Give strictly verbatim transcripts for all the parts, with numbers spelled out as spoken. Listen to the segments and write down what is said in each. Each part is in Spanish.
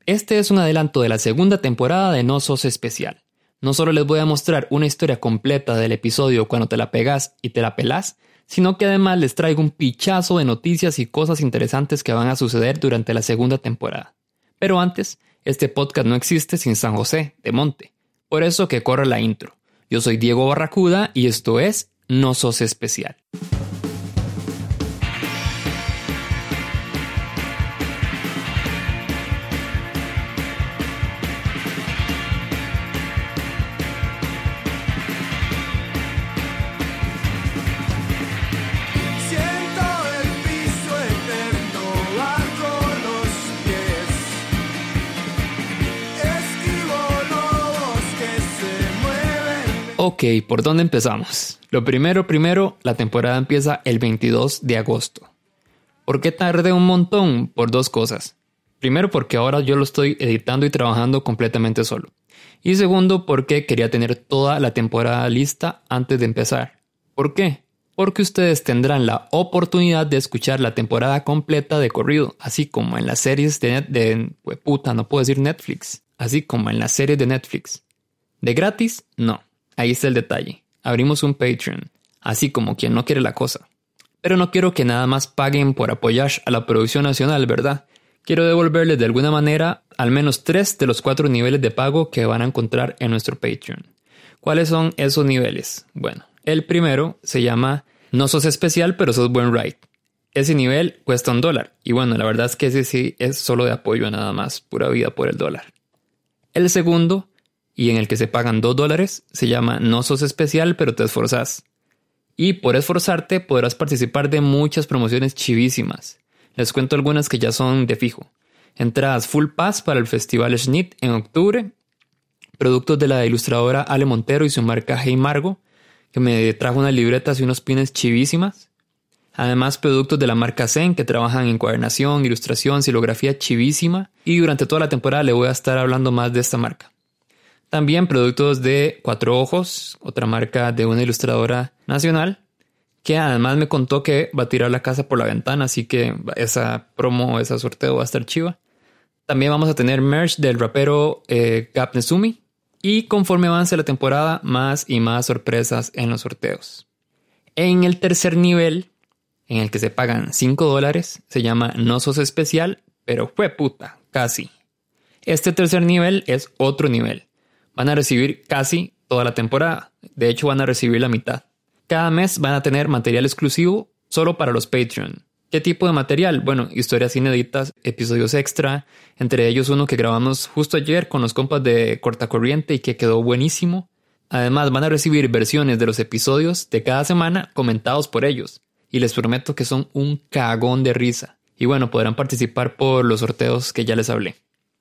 Este es un adelanto de la segunda temporada de No Sos Especial. No solo les voy a mostrar una historia completa del episodio cuando te la pegas y te la pelás, sino que además les traigo un pichazo de noticias y cosas interesantes que van a suceder durante la segunda temporada. Pero antes, este podcast no existe sin San José de Monte. Por eso que corre la intro. Yo soy Diego Barracuda y esto es No Sos Especial. Ok, ¿por dónde empezamos? Lo primero, primero, la temporada empieza el veintidós de agosto. ¿Por qué tardé un montón? Por dos cosas. Primero, porque ahora yo lo estoy editando y trabajando completamente solo. Y segundo, porque quería tener toda la temporada lista antes de empezar. ¿Por qué? Porque ustedes tendrán la oportunidad de escuchar la temporada completa de corrido, así como en las series de, de, de puta, no puedo decir Netflix, así como en las series de Netflix. ¿De gratis? No. Ahí está el detalle. Abrimos un Patreon, así como quien no quiere la cosa. Pero no quiero que nada más paguen por apoyar a la producción nacional, ¿verdad? Quiero devolverles de alguna manera al menos tres de los cuatro niveles de pago que van a encontrar en nuestro Patreon. ¿Cuáles son esos niveles? Bueno, el primero se llama No Sos Especial, pero sos buen ride. Ese nivel cuesta un dólar. Y bueno, la verdad es que ese sí es solo de apoyo nada más, pura vida por el dólar. El segundo, y en el que se pagan dos dólares, se llama No Sos Especial, pero te esforzás. Y por esforzarte podrás participar de muchas promociones chivísimas. Les cuento algunas que ya son de fijo. Entradas Full Pass para el Festival Schnitt en octubre. Productos de la ilustradora Ale Montero y su marca Hey Margo, que me trajo unas libretas y unos pines chivísimas. Además, productos de la marca Zen, que trabajan en encuadernación, ilustración, silografía chivísima. Y durante toda la temporada le voy a estar hablando más de esta marca. También productos de Cuatro Ojos, otra marca de una ilustradora nacional, que además me contó que va a tirar la casa por la ventana, así que esa promo, ese sorteo va a estar chiva. También vamos a tener merch del rapero eh, Gap Nezumi, y conforme avance la temporada, más y más sorpresas en los sorteos. En el tercer nivel, en el que se pagan cinco dólares, se llama No Sos Especial, pero fue puta, casi. Este tercer nivel es otro nivel. Van a recibir casi toda la temporada. De hecho, van a recibir la mitad. Cada mes van a tener material exclusivo solo para los Patreon. ¿Qué tipo de material? Bueno, historias inéditas, episodios extra, entre ellos uno que grabamos justo ayer con los compas de Cortacorriente y que quedó buenísimo. Además, van a recibir versiones de los episodios de cada semana comentados por ellos. Y les prometo que son un cagón de risa. Y bueno, podrán participar por los sorteos que ya les hablé.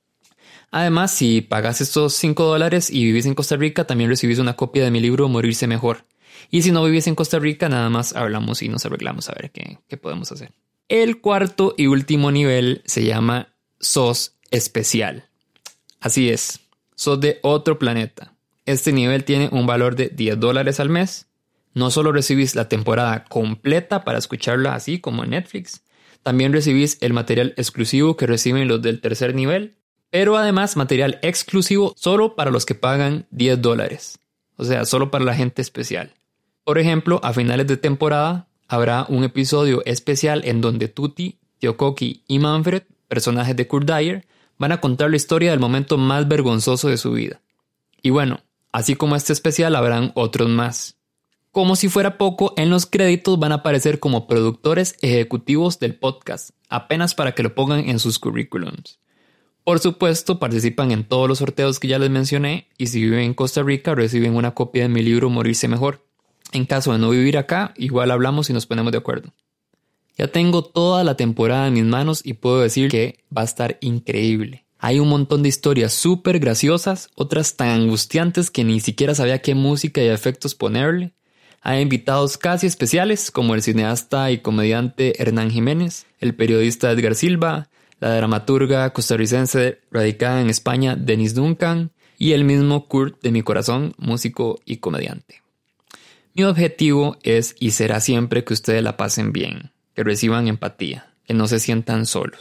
Además, si pagas estos cinco dólares y vivís en Costa Rica, también recibís una copia de mi libro Morirse Mejor. Y si no vivís en Costa Rica, nada más hablamos y nos arreglamos a ver qué, qué podemos hacer. El cuarto y último nivel se llama Sos Especial. Así es, sos de otro planeta. Este nivel tiene un valor de diez dólares al mes. No solo recibís la temporada completa para escucharla así como en Netflix, también recibís el material exclusivo que reciben los del tercer nivel. Pero además material exclusivo solo para los que pagan diez dólares. O sea, solo para la gente especial. Por ejemplo, a finales de temporada habrá un episodio especial en donde Tutti, Teokoki y Manfred, personajes de Kurt Dyer, van a contar la historia del momento más vergonzoso de su vida. Y bueno, así como este especial habrán otros más. Como si fuera poco, en los créditos van a aparecer como productores ejecutivos del podcast, apenas para que lo pongan en sus currículums. Por supuesto, participan en todos los sorteos que ya les mencioné y si viven en Costa Rica reciben una copia de mi libro Morirse Mejor. En caso de no vivir acá, igual hablamos y nos ponemos de acuerdo. Ya tengo toda la temporada en mis manos y puedo decir que va a estar increíble. Hay un montón de historias súper graciosas, otras tan angustiantes que ni siquiera sabía qué música y efectos ponerle. Hay invitados casi especiales como el cineasta y comediante Hernán Jiménez, el periodista Edgar Silva, la dramaturga costarricense radicada en España Denise Duncan y el mismo Kurt de mi corazón, músico y comediante. Mi objetivo es y será siempre que ustedes la pasen bien, que reciban empatía, que no se sientan solos.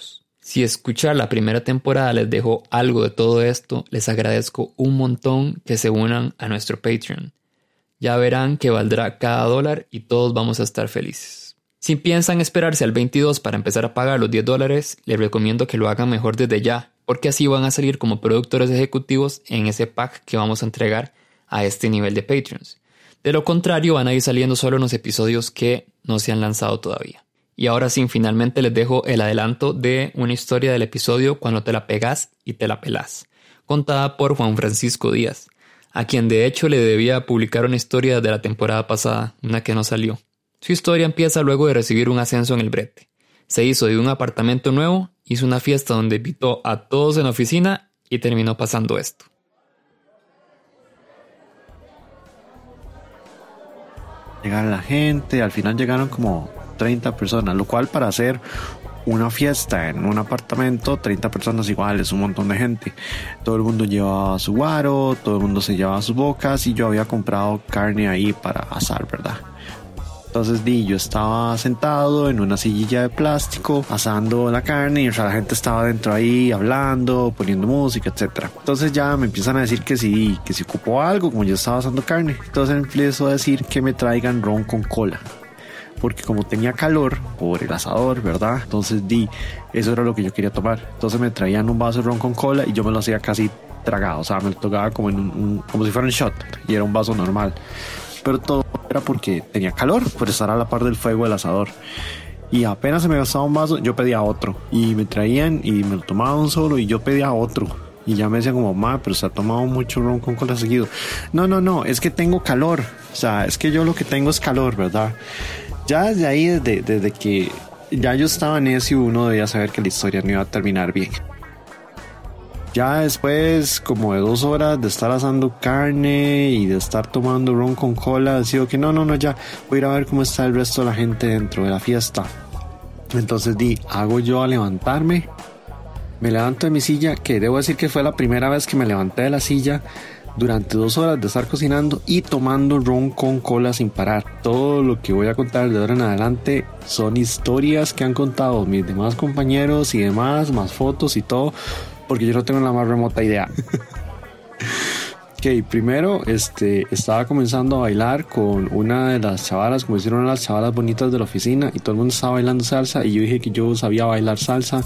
Si escuchar la primera temporada les dejó algo de todo esto, les agradezco un montón que se unan a nuestro Patreon. Ya verán que valdrá cada dólar y todos vamos a estar felices. Si piensan esperarse al veintidós para empezar a pagar los diez dólares, les recomiendo que lo hagan mejor desde ya, porque así van a salir como productores ejecutivos en ese pack que vamos a entregar a este nivel de Patreons. De lo contrario, van a ir saliendo solo unos episodios que no se han lanzado todavía. Y ahora sí, finalmente les dejo el adelanto de una historia del episodio Cuando te la pegas y te la pelas, contada por Juan Francisco Díaz, a quien de hecho le debía publicar una historia de la temporada pasada, una que no salió. Su historia empieza luego de recibir un ascenso en el brete. Se hizo de un apartamento nuevo, hizo una fiesta donde invitó a todos en la oficina y terminó pasando esto. Llegaron la gente, al final llegaron como treinta personas, lo cual para hacer una fiesta en un apartamento, treinta personas igual, es un montón de gente. Todo el mundo llevaba su guaro, todo el mundo se llevaba sus bocas y yo había comprado carne ahí para asar, ¿verdad? Entonces di, yo estaba sentado en una sillilla de plástico asando la carne y o sea, la gente estaba dentro ahí hablando, poniendo música, etcétera. Entonces ya me empiezan a decir que si, que si ocupó algo, como yo estaba asando carne. Entonces empiezo a decir que me traigan ron con cola, porque como tenía calor por el asador, ¿verdad? Entonces di, eso era lo que yo quería tomar. Entonces me traían un vaso de ron con cola y yo me lo hacía casi tragado, o sea, me lo tocaba como, en un, un, como si fuera un shot y era un vaso normal. Pero todo era porque tenía calor, por estar a la par del fuego del asador. Y apenas se me gastaba un vaso, yo pedía otro. Y me traían y me lo tomaba un solo y yo pedía otro. Y ya me decían como, ma, pero se ha tomado mucho ron con cola seguido. No, no, no, es que tengo calor. O sea, es que yo lo que tengo es calor, ¿verdad? Ya desde ahí, desde, desde que ya yo estaba necio, uno debía saber que la historia no iba a terminar bien. Ya después, como de dos horas de estar asando carne y de estar tomando ron con cola, decido que no, no, no, ya voy a ir a ver cómo está el resto de la gente dentro de la fiesta. Entonces di, hago yo a levantarme, me levanto de mi silla, que debo decir que fue la primera vez que me levanté de la silla durante dos horas de estar cocinando y tomando ron con cola sin parar. Todo lo que voy a contar de ahora en adelante son historias que han contado mis demás compañeros y demás, más fotos y todo, porque yo no tengo la más remota idea. Ok, primero este, estaba comenzando a bailar con una de las chavalas, como hicieron las chavalas bonitas de la oficina, y todo el mundo estaba bailando salsa y yo dije que yo sabía bailar salsa.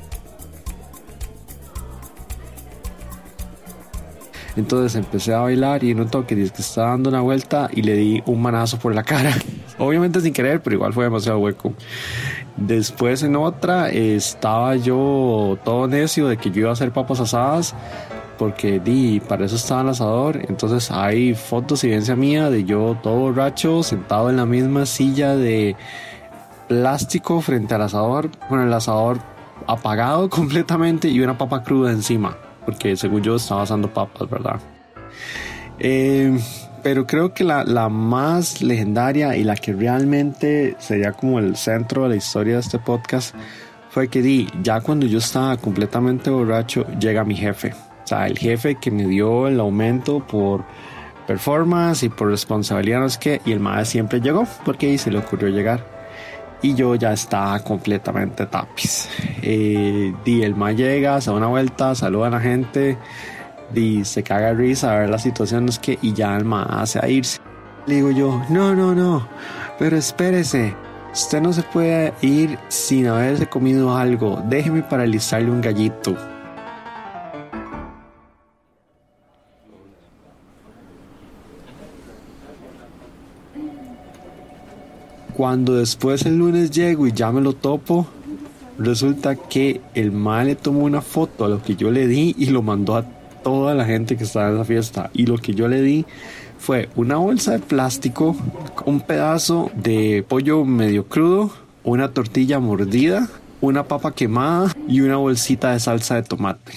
Entonces empecé a bailar y en un toque que estaba dando una vuelta y le di un manazo por la cara. Obviamente sin querer, pero igual fue demasiado hueco. Después en otra estaba yo todo necio de que yo iba a hacer papas asadas, porque di, para eso estaba el asador. Entonces hay fotos y evidencia mía de yo todo borracho sentado en la misma silla de plástico frente al asador, con el asador apagado completamente y una papa cruda encima, porque según yo estaba asando papas, ¿verdad? Eh, pero creo que la, la más legendaria y la que realmente sería como el centro de la historia de este podcast fue que di, ya cuando yo estaba completamente borracho, llega mi jefe. O sea, el jefe que me dio el aumento por performance y por responsabilidad, no sé qué, y el mae siempre llegó porque ahí se le ocurrió llegar. Y yo ya estaba completamente tapiz. Eh, di, el mae llega, se da una vuelta, saluda a la gente, di, se caga de risa a ver la situación, no sé qué, y ya el mae hace a irse. Le digo yo, no, no, no, pero espérese, usted no se puede ir sin haberse comido algo, déjeme paralizarle un gallito. Cuando después el lunes llego y ya me lo topo, resulta que el mae le tomó una foto a lo que yo le di y lo mandó a toda la gente que estaba en la fiesta. Y lo que yo le di fue una bolsa de plástico, un pedazo de pollo medio crudo, una tortilla mordida, una papa quemada y una bolsita de salsa de tomate.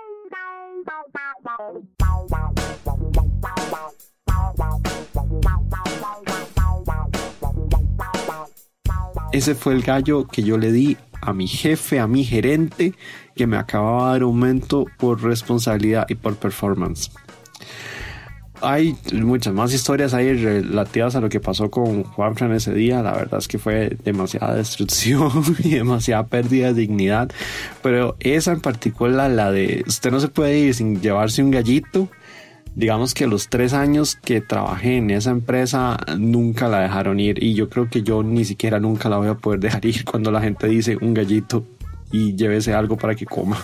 Ese fue el gallo que yo le di a mi jefe, a mi gerente, que me acababa de dar aumento por responsabilidad y por performance. hay muchas más historias ahí relativas a lo que pasó con Juanfran ese día. La verdad es que fue demasiada destrucción y demasiada pérdida de dignidad. Pero esa en particular, la de usted no se puede ir sin llevarse un gallito. Digamos que los tres años que trabajé en esa empresa nunca la dejaron ir. Y yo creo que yo ni siquiera nunca la voy a poder dejar ir cuando la gente dice un gallito y llévese algo para que coma.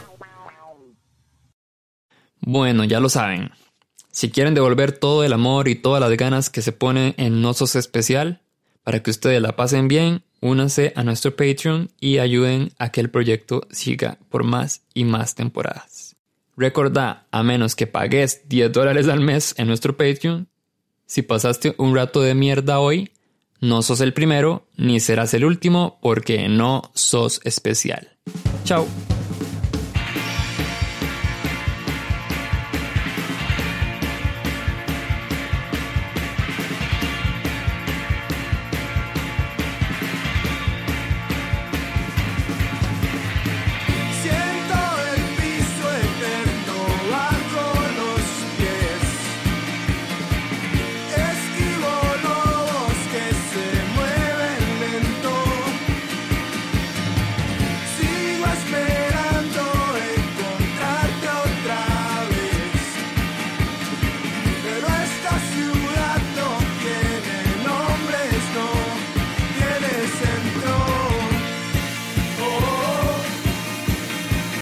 Bueno, ya lo saben. Si quieren devolver todo el amor y todas las ganas que se ponen en No Sos Especial, para que ustedes la pasen bien, únanse a nuestro Patreon y ayuden a que el proyecto siga por más y más temporadas. Recordá, a menos que pagues diez dólares al mes en nuestro Patreon, si pasaste un rato de mierda hoy, no sos el primero ni serás el último porque no sos especial. Chao.